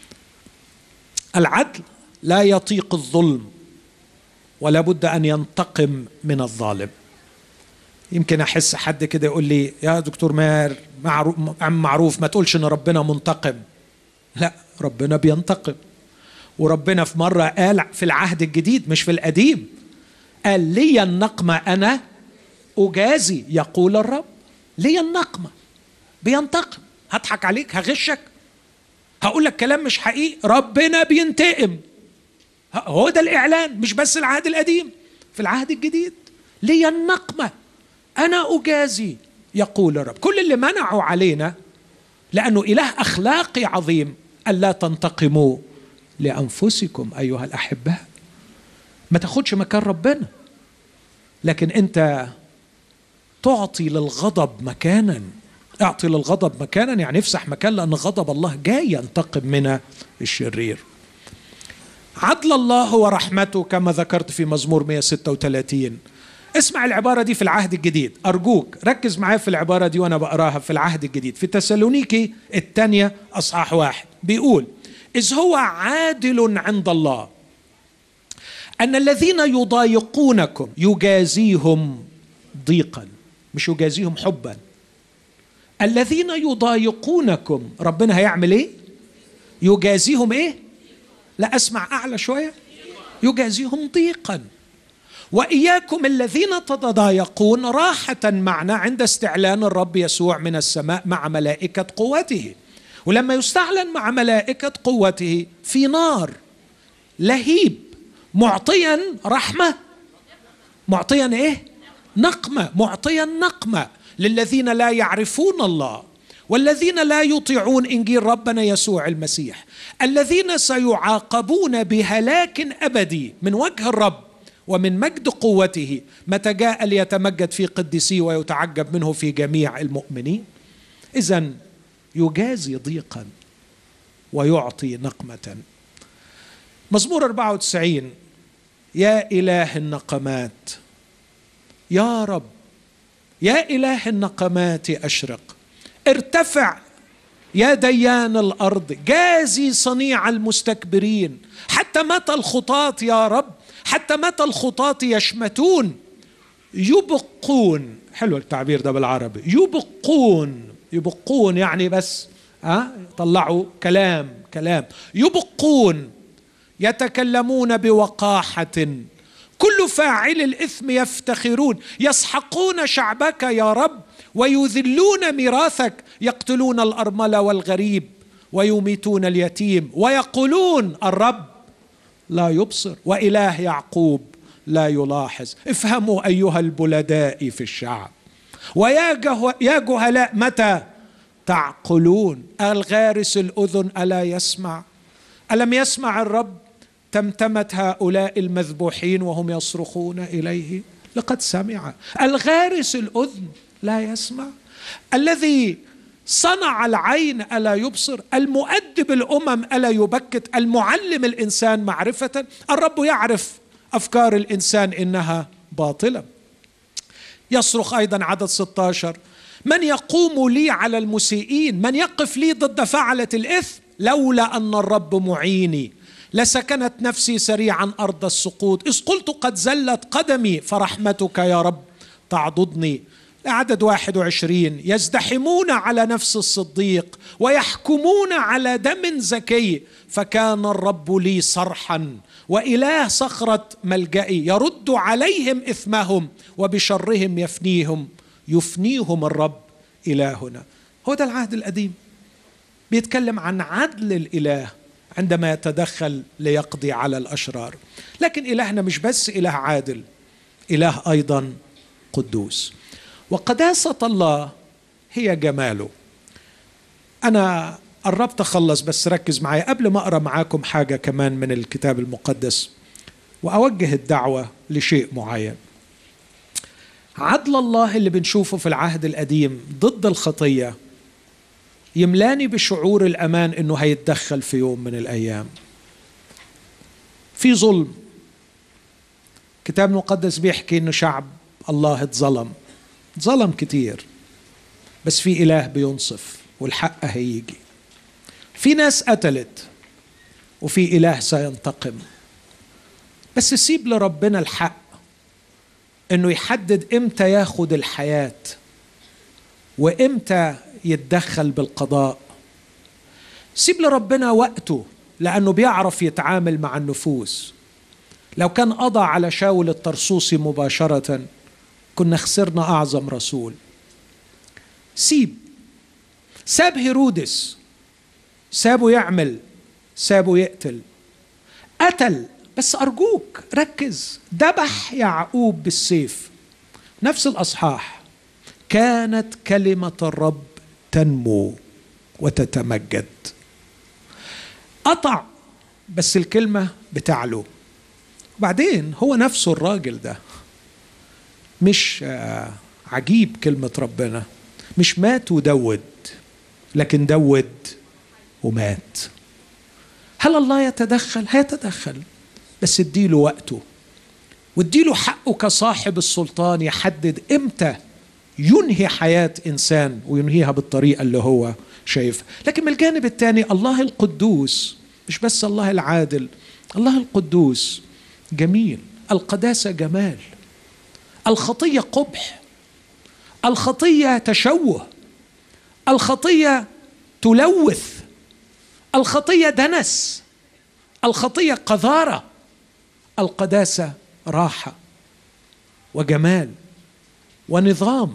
العدل لا يطيق الظلم، ولا بد أن ينتقم من الظالم. يمكن أحس حد كده يقول لي يا دكتور ماهر معروف عم معروف ما تقولش أن ربنا منتقم. لا، ربنا بينتقم. وربنا في مرة قال في العهد الجديد مش في القديم، قال لي النقمة أنا أجازي يقول الرب. لي النقمة، بينتقم. هضحك عليك، هغشك، هقول لك كلام مش حقيقي، ربنا بينتقم. هو ده الإعلان، مش بس العهد القديم، في العهد الجديد. لي النقمة أنا أجازي يقول الرب. كل اللي منعوا علينا لأنه إله أخلاقي عظيم ألا تنتقموا لأنفسكم أيها الأحباء. ما تاخدش مكان ربنا، لكن أنت تعطي للغضب مكانا. اعطي للغضب مكانا يعني افسح مكان، لأن غضب الله جاي ينتقم من الشرير. عدل الله ورحمته كما ذكرت في مزمور مئة وستة وثلاثين. اسمع العبارة دي في العهد الجديد، أرجوك ركز معايا في العبارة دي وأنا بقراها في العهد الجديد في تسالونيكي الثانية أصحاح واحد. بيقول: إذ هو عادل عند الله أن الذين يضايقونكم يجازيهم ضيقا، مش يجازيهم حبا. الذين يضايقونكم ربنا هيعمل إيه؟ يجازيهم إيه؟ لا أسمع أعلى شوية. يجازيهم ضيقا. وإياكم الذين تتضايقون راحة معنا عند استعلان الرب يسوع من السماء مع ملائكة قوته. ولما يستعلن مع ملائكة قوته في نار لهيب، معطيا رحمة، معطيا إيه؟ نقمة، معطيا نقمة للذين لا يعرفون الله والذين لا يطيعون إنجيل ربنا يسوع المسيح، الذين سيعاقبون بهلاك أبدي من وجه الرب ومن مجد قوته متى جاء ليتمجد في قدسيه ويتعجب منه في جميع المؤمنين. إذن يجازي ضيقا ويعطي نقمة. مزمور أربعة وتسعين: يا إله النقمات يا رب، يا إله النقمات أشرق، ارتفع يا ديان الأرض، جازي صنيع المستكبرين. حتى متى الخطاة يا رب؟ حتى متى الخطاة يشمتون؟ يبقون، حلو التعبير ده بالعربي، يبقون. يبقون يعني بس ها طلعوا كلام كلام. يبقون يتكلمون بوقاحة، كل فاعل الإثم يفتخرون. يسحقون شعبك يا رب ويذلون ميراثك، يقتلون الأرملة والغريب ويميتون اليتيم، ويقولون الرب لا يبصر وإله يعقوب لا يلاحظ. افهموا أيها البلداء في الشعب، ويا جه... يا جهلاء متى تعقلون؟ الغارس الأذن ألا يسمع؟ ألم يسمع الرب تمتمة هؤلاء المذبوحين وهم يصرخون إليه؟ لقد سمع. الغارس الأذن لا يسمع؟ الذي صنع العين ألا يبصر؟ المؤدب الأمم ألا يبكت؟ المعلم الإنسان معرفة؟ الرب يعرف أفكار الإنسان إنها باطلة. يصرخ أيضا عدد ستة عشر: من يقوم لي على المسيئين؟ من يقف لي ضد فعلة الإثم؟ لولا أن الرب معيني لسكنت نفسي سريعا أرض السقوط. إذ قلت قد زلت قدمي فرحمتك يا رب تعضدني. عدد واحد وعشرين: يزدحمون على نفس الصديق ويحكمون على دم زكي، فكان الرب لي صرحا وإله صخرة ملجئي. يرد عليهم إثمهم وبشرهم يفنيهم، يفنيهم الرب إلهنا. هو ده العهد القديم، بيتكلم عن عدل الإله عندما يتدخل ليقضي على الأشرار. لكن إلهنا مش بس إله عادل، إله أيضا قدوس. وقداسة الله هي جماله. أنا قربت أخلص بس ركز معي قبل ما أقرأ معاكم حاجة كمان من الكتاب المقدس وأوجه الدعوة لشيء معين. عدل الله اللي بنشوفه في العهد القديم ضد الخطية يملاني بشعور الأمان إنه هيتدخل في يوم من الأيام. في ظلم، الكتاب المقدس بيحكي إنه شعب الله اتظلم، ظلم كتير، بس في إله بينصف والحق هيجي. في ناس قتلت وفي إله سينتقم، بس سيب لربنا الحق إنه يحدد إمتى ياخد الحياة وإمتى يتدخل بالقضاء. سيب لربنا وقته، لأنه بيعرف يتعامل مع النفوس. لو كان قضى على شاول الطرسوسي مباشرة كنا خسرنا أعظم رسول. سيب ساب هيرودس سابه يعمل، سابه يقتل، قتل. بس أرجوك ركز، ذبح يعقوب بالسيف. نفس الأصحاح، كانت كلمة الرب تنمو وتتمجد. قطع بس الكلمة بتعلو. وبعدين هو نفسه الراجل ده مش عجيب كلمة ربنا، مش مات ودود، لكن دود ومات. هل الله يتدخل؟ هيتدخل، بس اديله وقته واديله حقه كصاحب السلطان يحدد امتى ينهي حياة إنسان وينهيها بالطريقة اللي هو شايفها. لكن من الجانب الثاني الله القدوس مش بس الله العادل، الله القدوس جميل. القداسة جمال، الخطية قبح، الخطية تشوه، الخطية تلوث، الخطية دنس، الخطية قذارة، القداسة راحة وجمال ونظام.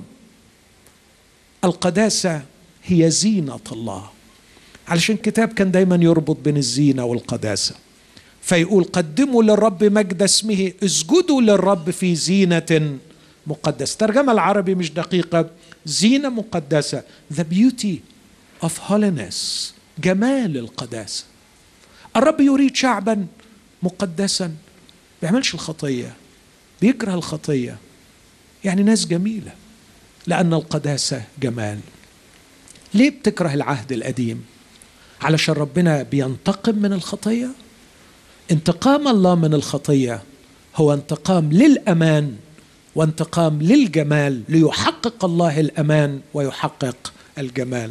القداسة هي زينة الله. علشان الكتاب كان دايما يربط بين الزينة والقداسة، فيقول قدموا للرب مجد اسمه، اسجدوا للرب في زينة مقدسة. ترجمة العربي مش دقيقة، زينة مقدسة، the beauty of holiness، جمال القداسة. الرب يريد شعبا مقدسا بيعملش الخطية، بيكره الخطية، يعني ناس جميلة، لأن القداسة جمال. ليه بتكره العهد القديم؟ علشان ربنا بينتقم من الخطية. انتقام الله من الخطية هو انتقام للأمان وانتقام للجمال، ليحقق الله الأمان ويحقق الجمال.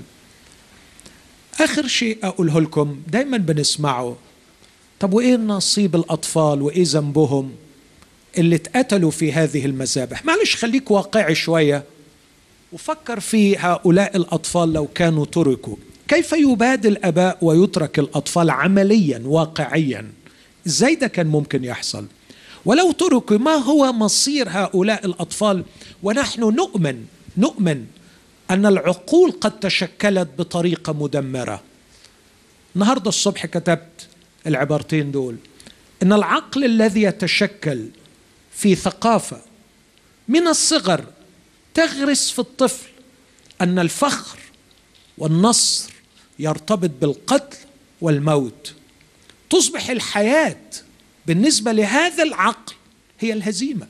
آخر شيء أقوله لكم، دايما بنسمعه، طب وإيه نصيب الأطفال وإيه ذنبهم اللي اتقتلوا في هذه المذابح؟ معلش خليك واقعي شوية وفكر في هؤلاء الأطفال لو كانوا تركوا، كيف يباد الآباء ويترك الأطفال عمليا واقعيا؟ إزاي ده كان ممكن يحصل؟ ولو تركوا ما هو مصير هؤلاء الأطفال؟ ونحن نؤمن نؤمن أن العقول قد تشكلت بطريقة مدمرة. النهاردة الصبح كتبت العبارتين دول، إن العقل الذي يتشكل في ثقافة من الصغر تغرس في الطفل أن الفخر والنصر يرتبط بالقتل والموت، تصبح الحياة بالنسبة لهذا العقل هي الهزيمة.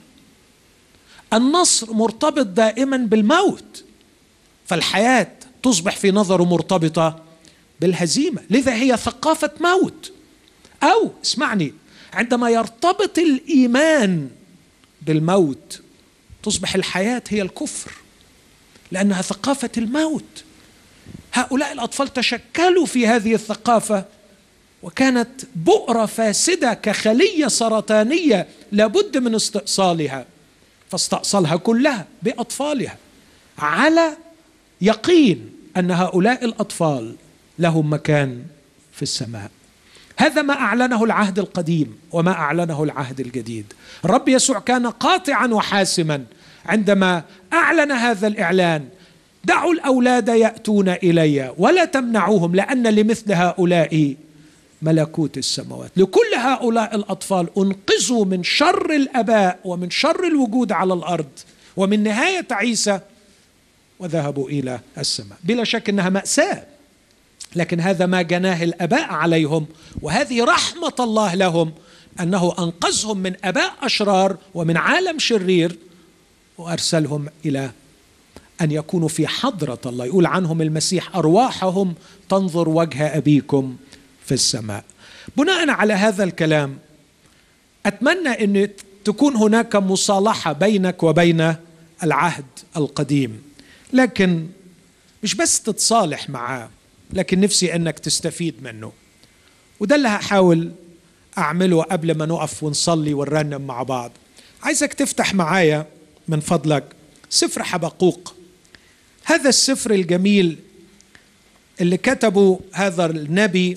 النصر مرتبط دائما بالموت، فالحياة تصبح في نظره مرتبطة بالهزيمة، لذا هي ثقافة موت. أو اسمعني، عندما يرتبط الإيمان بالموت تصبح الحياة هي الكفر، لأنها ثقافة الموت. هؤلاء الأطفال تشكلوا في هذه الثقافة، وكانت بؤرة فاسدة كخلية سرطانية لابد من استئصالها، فاستأصلها كلها بأطفالها على يقين أن هؤلاء الأطفال لهم مكان في السماء. هذا ما أعلنه العهد القديم وما أعلنه العهد الجديد. الرب يسوع كان قاطعا وحاسما عندما أعلن هذا الإعلان: دعوا الأولاد يأتون إلي ولا تمنعوهم، لأن لمثل هؤلاء ملكوت السماوات. لكل هؤلاء الأطفال أنقذوا من شر الآباء ومن شر الوجود على الأرض ومن نهاية عيسى وذهبوا إلى السماء. بلا شك أنها مأساة، لكن هذا ما جناه الآباء عليهم، وهذه رحمة الله لهم أنه أنقذهم من آباء أشرار ومن عالم شرير وأرسلهم إلى أن يكونوا في حضرة الله. يقول عنهم المسيح: أرواحهم تنظر وجه أبيكم في السماء. بناء على هذا الكلام أتمنى أن تكون هناك مصالحة بينك وبين العهد القديم، لكن مش بس تتصالح معاه، لكن نفسي أنك تستفيد منه. وده اللي هحاول أعمله قبل ما نقف ونصلي ونرنم مع بعض. عايزك تفتح معايا من فضلك سفر حبقوق، هذا السفر الجميل اللي كتبه هذا النبي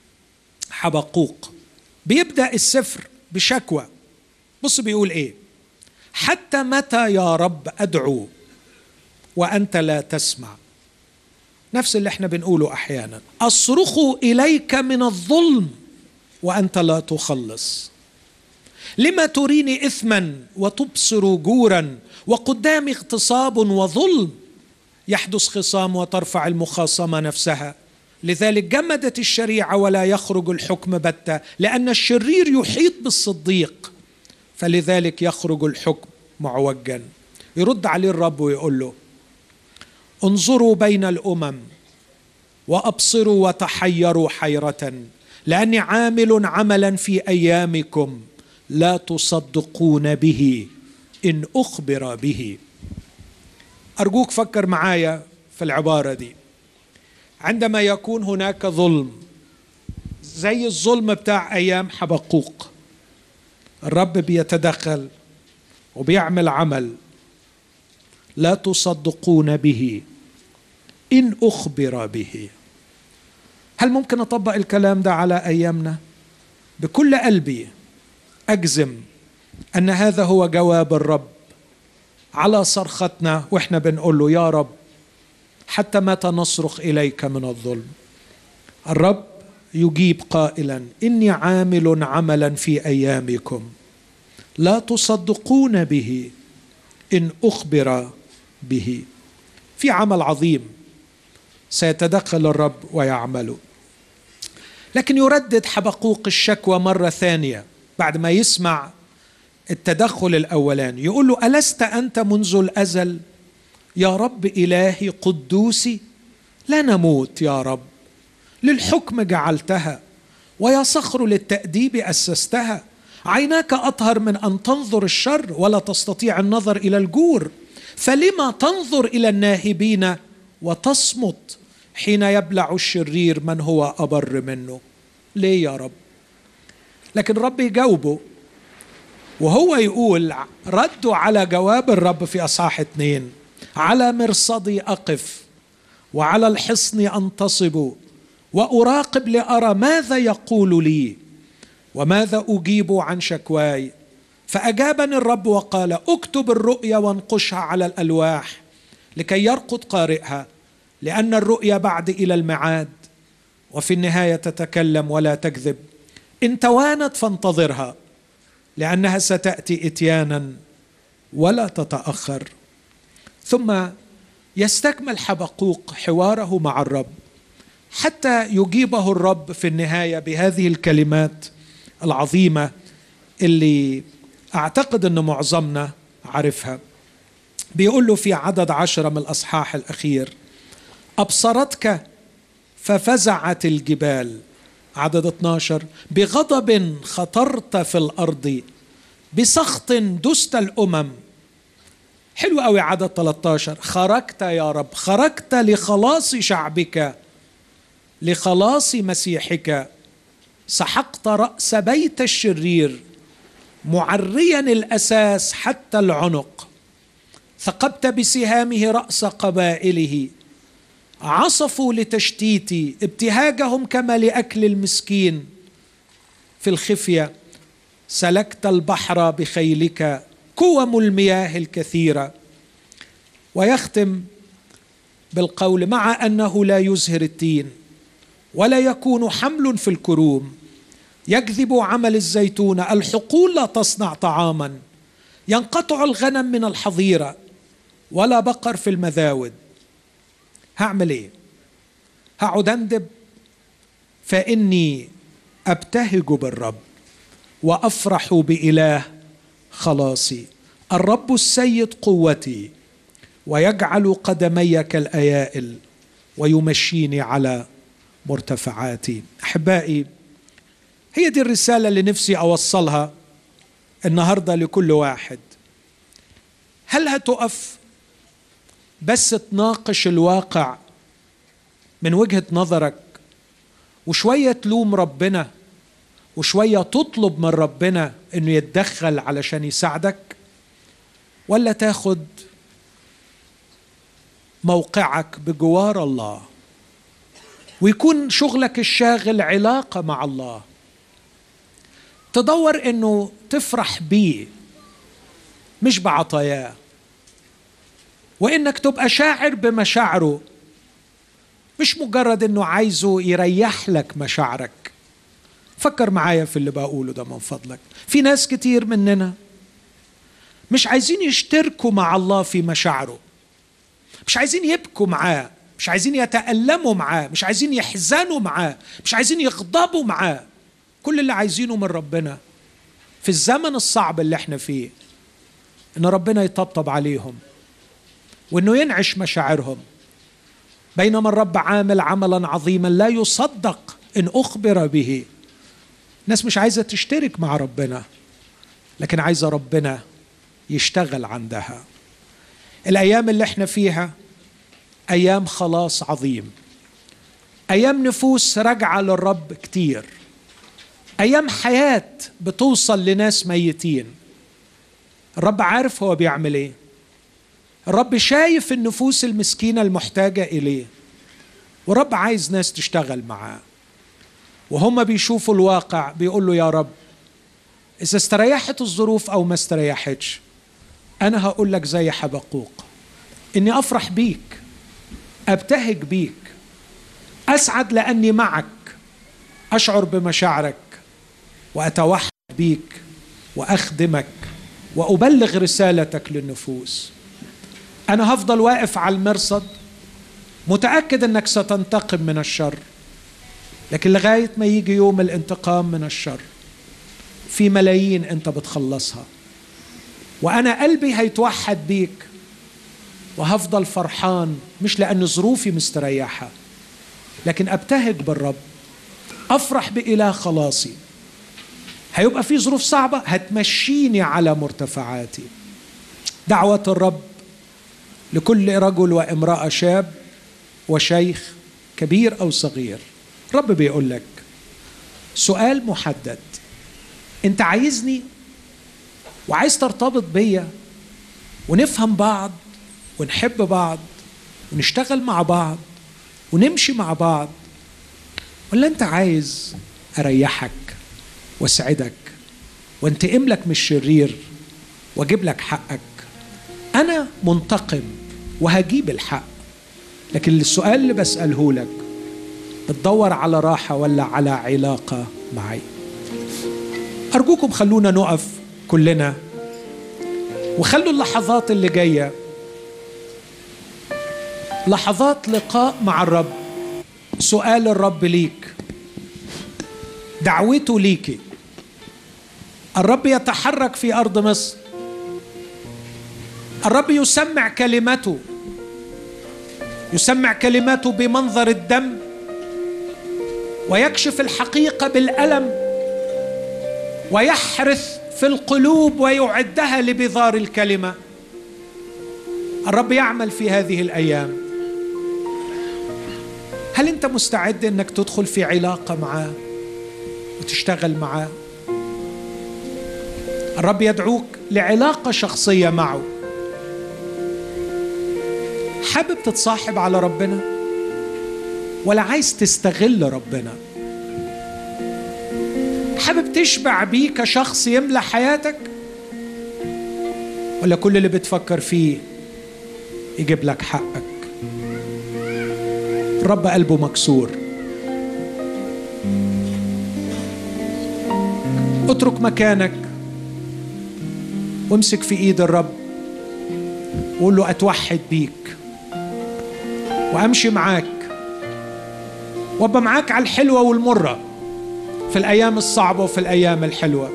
حبقوق. بيبدأ السفر بشكوى. بص بيقول إيه: حتى متى يا رب أدعو وأنت لا تسمع، نفس اللي احنا بنقوله أحيانا. أصرخ إليك من الظلم وأنت لا تخلص. لما تريني إثما وتبصر جورا وقدامي اغتصاب وظلم. يحدث خصام وترفع المخاصمة نفسها. لذلك جمدت الشريعة ولا يخرج الحكم بتة، لأن الشرير يحيط بالصديق، فلذلك يخرج الحكم معوجا. يرد عليه الرب ويقول له: انظروا بين الأمم وأبصروا وتحيروا حيرة، لأني عامل عملا في أيامكم لا تصدقون به إن أخبر به. أرجوك فكر معايا في العبارة دي. عندما يكون هناك ظلم زي الظلم بتاع أيام حبقوق، الرب بيتدخل وبيعمل عمل لا تصدقون به إن أخبر به. هل ممكن أطبق الكلام ده على أيامنا؟ بكل قلبي أجزم أن هذا هو جواب الرب على صرختنا وإحنا بنقول له: يا رب حتى متى نصرخ إليك من الظلم؟ الرب يجيب قائلا: إني عامل عملا في أيامكم لا تصدقون به إن أخبر به. في عمل عظيم سيتدخل الرب ويعمله. لكن يردد حبقوق الشكوى مرة ثانية بعد ما يسمع التدخل الأولاني، يقول له: ألست أنت منذ الأزل يا رب إلهي قدوسي؟ لا نموت يا رب، للحكم جعلتها ويا صخر للتأديب أسستها. عيناك أطهر من أن تنظر الشر ولا تستطيع النظر إلى الجور، فلما تنظر إلى الناهبين وتصمت حين يبلع الشرير من هو أبر منه؟ ليه يا رب؟ لكن الرب يجاوبه وهو يقول، ردوا على جواب الرب في أصحاح اتنين: على مرصدي أقف وعلى الحصن أنتصب وأراقب لأرى ماذا يقول لي وماذا أجيب عن شكواي. فأجابني الرب وقال: اكتب الرؤيا وانقشها على الألواح لكي يرقد قارئها، لأن الرؤيا بعد إلى الميعاد وفي النهاية تتكلم ولا تكذب. إن توانت فانتظرها، لأنها ستأتي إتيانا ولا تتأخر. ثم يستكمل حبقوق حواره مع الرب حتى يجيبه الرب في النهاية بهذه الكلمات العظيمة اللي أعتقد أن معظمنا عارفها. بيقول له في عدد عشرة من الأصحاح الأخير: أبصرتك ففزعت الجبال. عدد اثناشر: بغضب خطرت في الأرض، بسخط دست الأمم. حلو قوي. عدد ثلاثة عشر: خرجت يا رب، خرجت لخلاص شعبك، لخلاص مسيحك. سحقت رأس بيت الشرير معريا الأساس حتى العنق. ثقبت بسهامه رأس قبائله. عصفوا لتشتيتي، ابتهاجهم كما لأكل المسكين. في الخفية سلكت البحر بخيلك، كوم المياه الكثيرة. ويختم بالقول: مع أنه لا يزهر التين ولا يكون حمل في الكروم، يكذب عمل الزيتون، الحقول لا تصنع طعاما، ينقطع الغنم من الحظيرة ولا بقر في المذاود. هعمل ايه؟ هقعد اندب؟ فإني أبتهج بالرب وأفرح بإله خلاصي. الرب السيد قوتي، ويجعل قدمي كالأيائل ويمشيني على مرتفعاتي. أحبائي، هي دي الرسالة اللي نفسي أوصلها النهاردة لكل واحد. هل هتقف بس تناقش الواقع من وجهة نظرك وشوية تلوم ربنا وشوية تطلب من ربنا إنه يتدخل علشان يساعدك، ولا تاخد موقعك بجوار الله ويكون شغلك الشاغل علاقة مع الله، تدور إنه تفرح بيه مش بعطاياه، وإنك تبقى شاعر بمشاعره مش مجرد انه عايزه يريح لك مشاعرك. فكر معايا في اللي بقوله ده من فضلك. في ناس كتير مننا مش عايزين يشتركوا مع الله في مشاعره، مش عايزين يبكوا معاه، مش عايزين يتألموا معاه، مش عايزين يحزنوا معاه، مش عايزين يغضبوا معاه. كل اللي عايزينه من ربنا في الزمن الصعب اللي احنا فيه ان ربنا يطبطب عليهم وانه ينعش مشاعرهم، بينما الرب عامل عملا عظيما لا يصدق ان اخبر به. الناس مش عايزة تشترك مع ربنا، لكن عايزة ربنا يشتغل عندها. الأيام اللي احنا فيها أيام خلاص عظيم، أيام نفوس راجعة للرب كتير، أيام حياة بتوصل لناس ميتين. الرب عارف هو بيعمل ايه، الرب شايف النفوس المسكينة المحتاجة إليه، والرب عايز ناس تشتغل معاه. وهم بيشوفوا الواقع بيقول له يا رب إذا استريحت الظروف أو ما استريحتش، أنا هقول لك زي حبقوق إني أفرح بيك، أبتهج بيك، أسعد لأني معك، أشعر بمشاعرك وأتوحد بيك وأخدمك وأبلغ رسالتك للنفوس. أنا هفضل واقف على المرصد متأكد أنك ستنتقم من الشر، لكن لغاية ما يجي يوم الانتقام من الشر في ملايين أنت بتخلصها، وأنا قلبي هيتوحد بيك وهفضل فرحان، مش لأن ظروفي مستريحة لكن أبتهج بالرب، أفرح بإله خلاصي. هيبقى في ظروف صعبة هتمشيني على مرتفعاتي. دعوة الرب لكل رجل وامرأة، شاب وشيخ، كبير أو صغير. رب بيقول لك سؤال محدد: أنت عايزني وعايز ترتبط بيا ونفهم بعض ونحب بعض ونشتغل مع بعض ونمشي مع بعض، ولا أنت عايز أريحك واسعدك وانتقم لك من الشرير واجيب لك حقك؟ أنا منتقم وهجيب الحق، لكن السؤال اللي بسأله لك: بتدور على راحة ولا على علاقة معي؟ أرجوكم خلونا نقف كلنا وخلوا اللحظات اللي جاية لحظات لقاء مع الرب. سؤال الرب ليك، دعوته ليكي. الرب يتحرك في أرض مصر، الرب يسمع كلمته، يسمع كلمته بمنظر الدم ويكشف الحقيقة بالألم ويحرث في القلوب ويعدها لبذار الكلمة. الرب يعمل في هذه الأيام. هل أنت مستعد أنك تدخل في علاقة معاه وتشتغل معاه؟ الرب يدعوك لعلاقة شخصية معه. حابب تتصاحب على ربنا ولا عايز تستغل ربنا؟ حابب تشبع بيه كشخص يملى حياتك، ولا كل اللي بتفكر فيه يجيب لك حقك؟ الرب قلبه مكسور. اترك مكانك وامسك في ايد الرب وقول له اتوحد بيك وامشي معاك وابقى معاك على الحلوة والمرة، في الأيام الصعبة وفي الأيام الحلوة.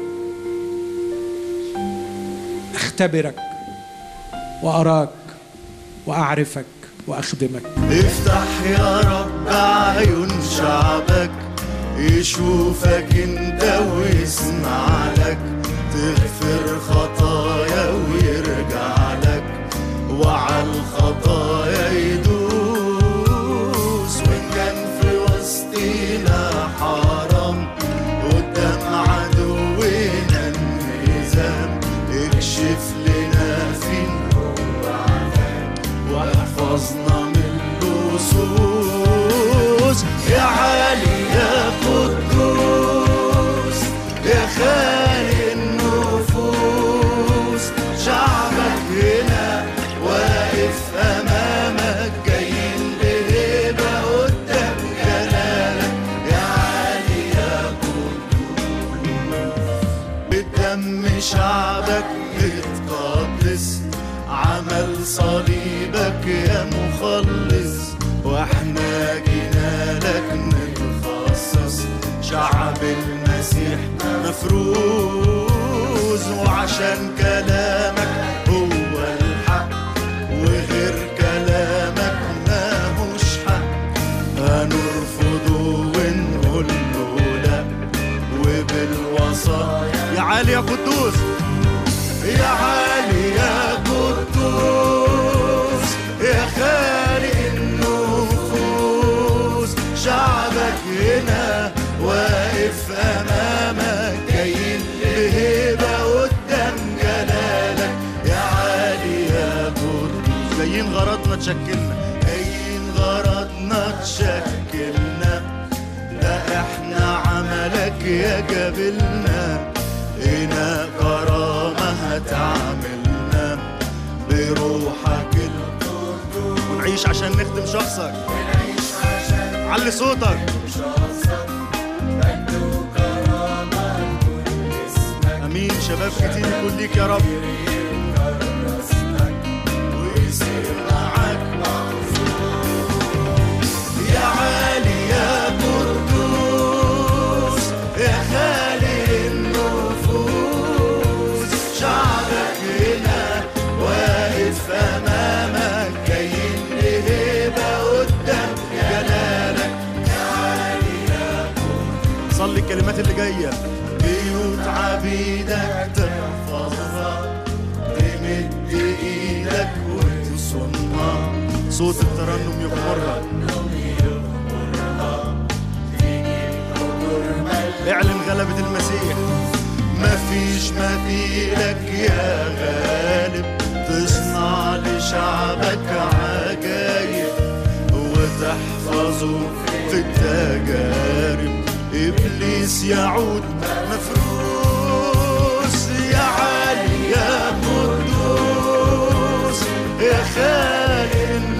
أختبرك وأراك وأعرفك وأخدمك. افتح يا رب عيون شعبك يشوفك انت ويسمع لك، تغفر خطايا ويرجع لك وعلى الخطايا يدوس. وإن كان في وسطينا حرام قدام عدونا النظام، اكشف لنا فين هو عذاب واحفظنا من اللصوص. يا عالي يا قدوس يا خالق دم شعبك اتقدس، عمل صليبك يا مخلص، واحنا جينا لك نتخصص شعب المسيح مفروز. وعشان كلامك هو الحق وغير كلامك ماهوش حق، هنرفضه ونقول له لا وبالوصايا. يا عالي يا قدوس، يا عالي يا قدوس، يا خالق النفوس، شعبك هنا واقف أمامك جايين بهبة قدام جلالك. يا عالي يا قدوس، جايين غرضنا تشكلنا، جايين غرضنا تشكلنا، ده احنا عملك يا جبلنا، هنا كرامة هتعملنا بروحك القدوس. ونعيش عشان نخدم شخصك، ونعيش عشان علي صوتك شخصك، مجد وكرامة لكل اسمك. امين. شباب كتير يكون ليك يا رب، ويصير معاك محفوظ. يا عالي يا قدوس، يا خالق النفوس، شعبك هنا واقف أمامك جايين لهبة قدام جلالك. يا عالي يا قدوس. صلي الكلمات اللي جاية. بيوت عبيدك تحفظها، تمد ايدك وتصنها، صوت الترنم يغمرها، اعلن غلبة المسيح. مفيش مثيلك يا غالب، تصنع لشعبك عجايب وتحفظه في التجارب. إبليس يعود مفروس. يا عالي يا قدوس، يا خالق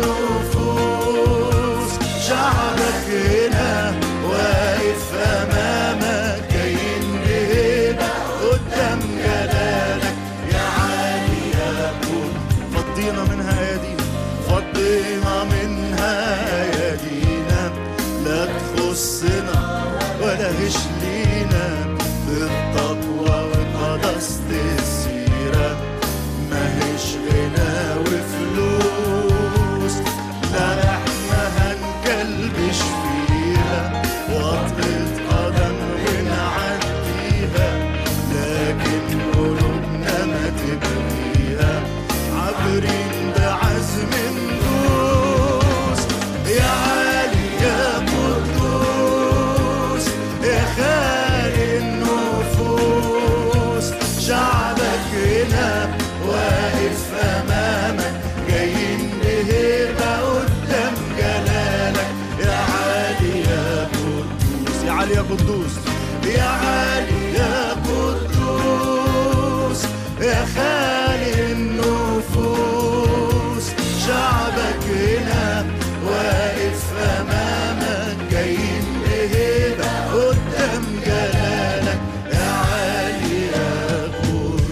النفوس، شعبك هنا واقف أمامك جايين بهبة قدام جلالك. يا عالي يا قدوس. فضينا منها أيادينا، فضينا منها أيادينا، لا تخصنا ولا هش لينا، بالتقوى وقدست السيرة، ماهيش غنى وفلوس، لا احنا هنكلبش فيها وطلت قدم ونعديها، لكن قلوبنا ما تبغيها، عابرين بعزم ندوس. يا عالي يا قدوس، يا خالق النفوس، شعبك هنا واقف أمامك جايين بهبة قدام جلالك. يا عالي يا قدوس، يا عالي يا قدوس، يا عالي يا قدوس، يا خالق النفوس، شعبك هنا واقف أمامك جايين بهبة قدام جلالك. يا عالي يا قدوس.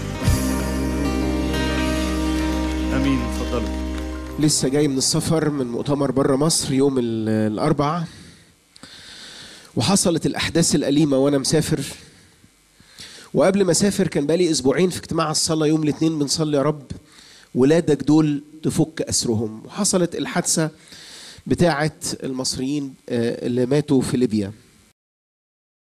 امين. اتفضلوا. لسه جاي من السفر من مؤتمر بره مصر يوم الأربعاء، وحصلت الأحداث الأليمة وأنا مسافر. وقبل ما أسافر كان بقالي أسبوعين في اجتماع الصلاة يوم الاثنين بنصلي يا رب ولادك دول تفك أسرهم. وحصلت الحادثة بتاعة المصريين اللي ماتوا في ليبيا.